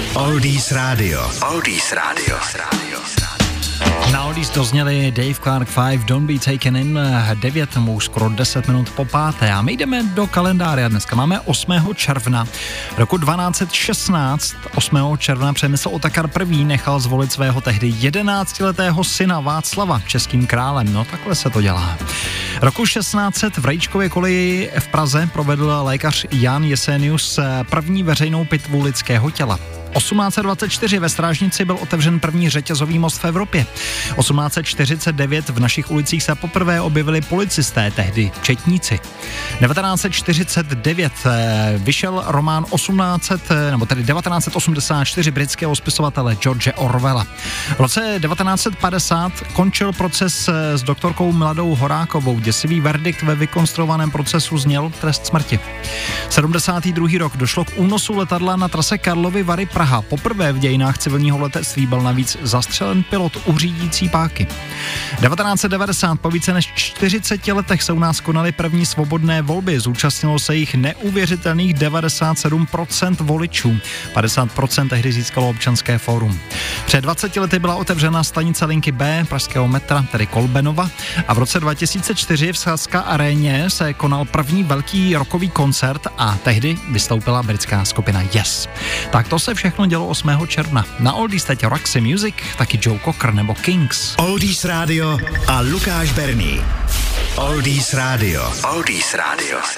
Oldies Radio. Oldies Radio. Na Oldies dozněli Dave Clark 5, Don't Be Taken In, 9, už skoro 10 minut po páté. A my jdeme do kalendáře. Dneska máme 8. června. Roku 1216, 8. června Přemysl Otakar I. nechal zvolit svého tehdy 11letého syna Václava českým králem. No takhle se to dělá. Roku 1600 v Rejčkově koleji v Praze provedl lékař Jan Jesenius první veřejnou pitvu lidského těla. 1824 ve Strážnici byl otevřen první řetězový most v Evropě. 1849 v našich ulicích se poprvé objevili policisté, tehdy četníci. 1949 vyšel román 1984 britského spisovatele George Orwella. V roce 1950 končil proces s doktorkou Miladou Horákovou. Děsivý verdikt ve vykonstruovaném procesu zněl trest smrti. 72. rok došlo k únosu letadla na trase Karlovy Vary Praha. Poprvé v dějinách civilního letectví byl navíc zastřelen pilot u řídící páky. 1990 po více než 40 letech se u nás konaly první svobodné volby. Zúčastnilo se jich neuvěřitelných 97% voličů. 50% tehdy získalo Občanské fórum. Před 20 lety byla otevřena stanice linky B pražského metra, tedy Kolbenova, a v roce 2004 v Sazka aréně se konal první velký rockový koncert a tehdy vystoupila britská skupina Yes. Tak to se všechno dělo 8. června. Na Oldies teď Roxy Music, taky Joe Cocker nebo Kings. Oldies Radio a Lukáš Berný. Oldies Radio. Oldies Radio.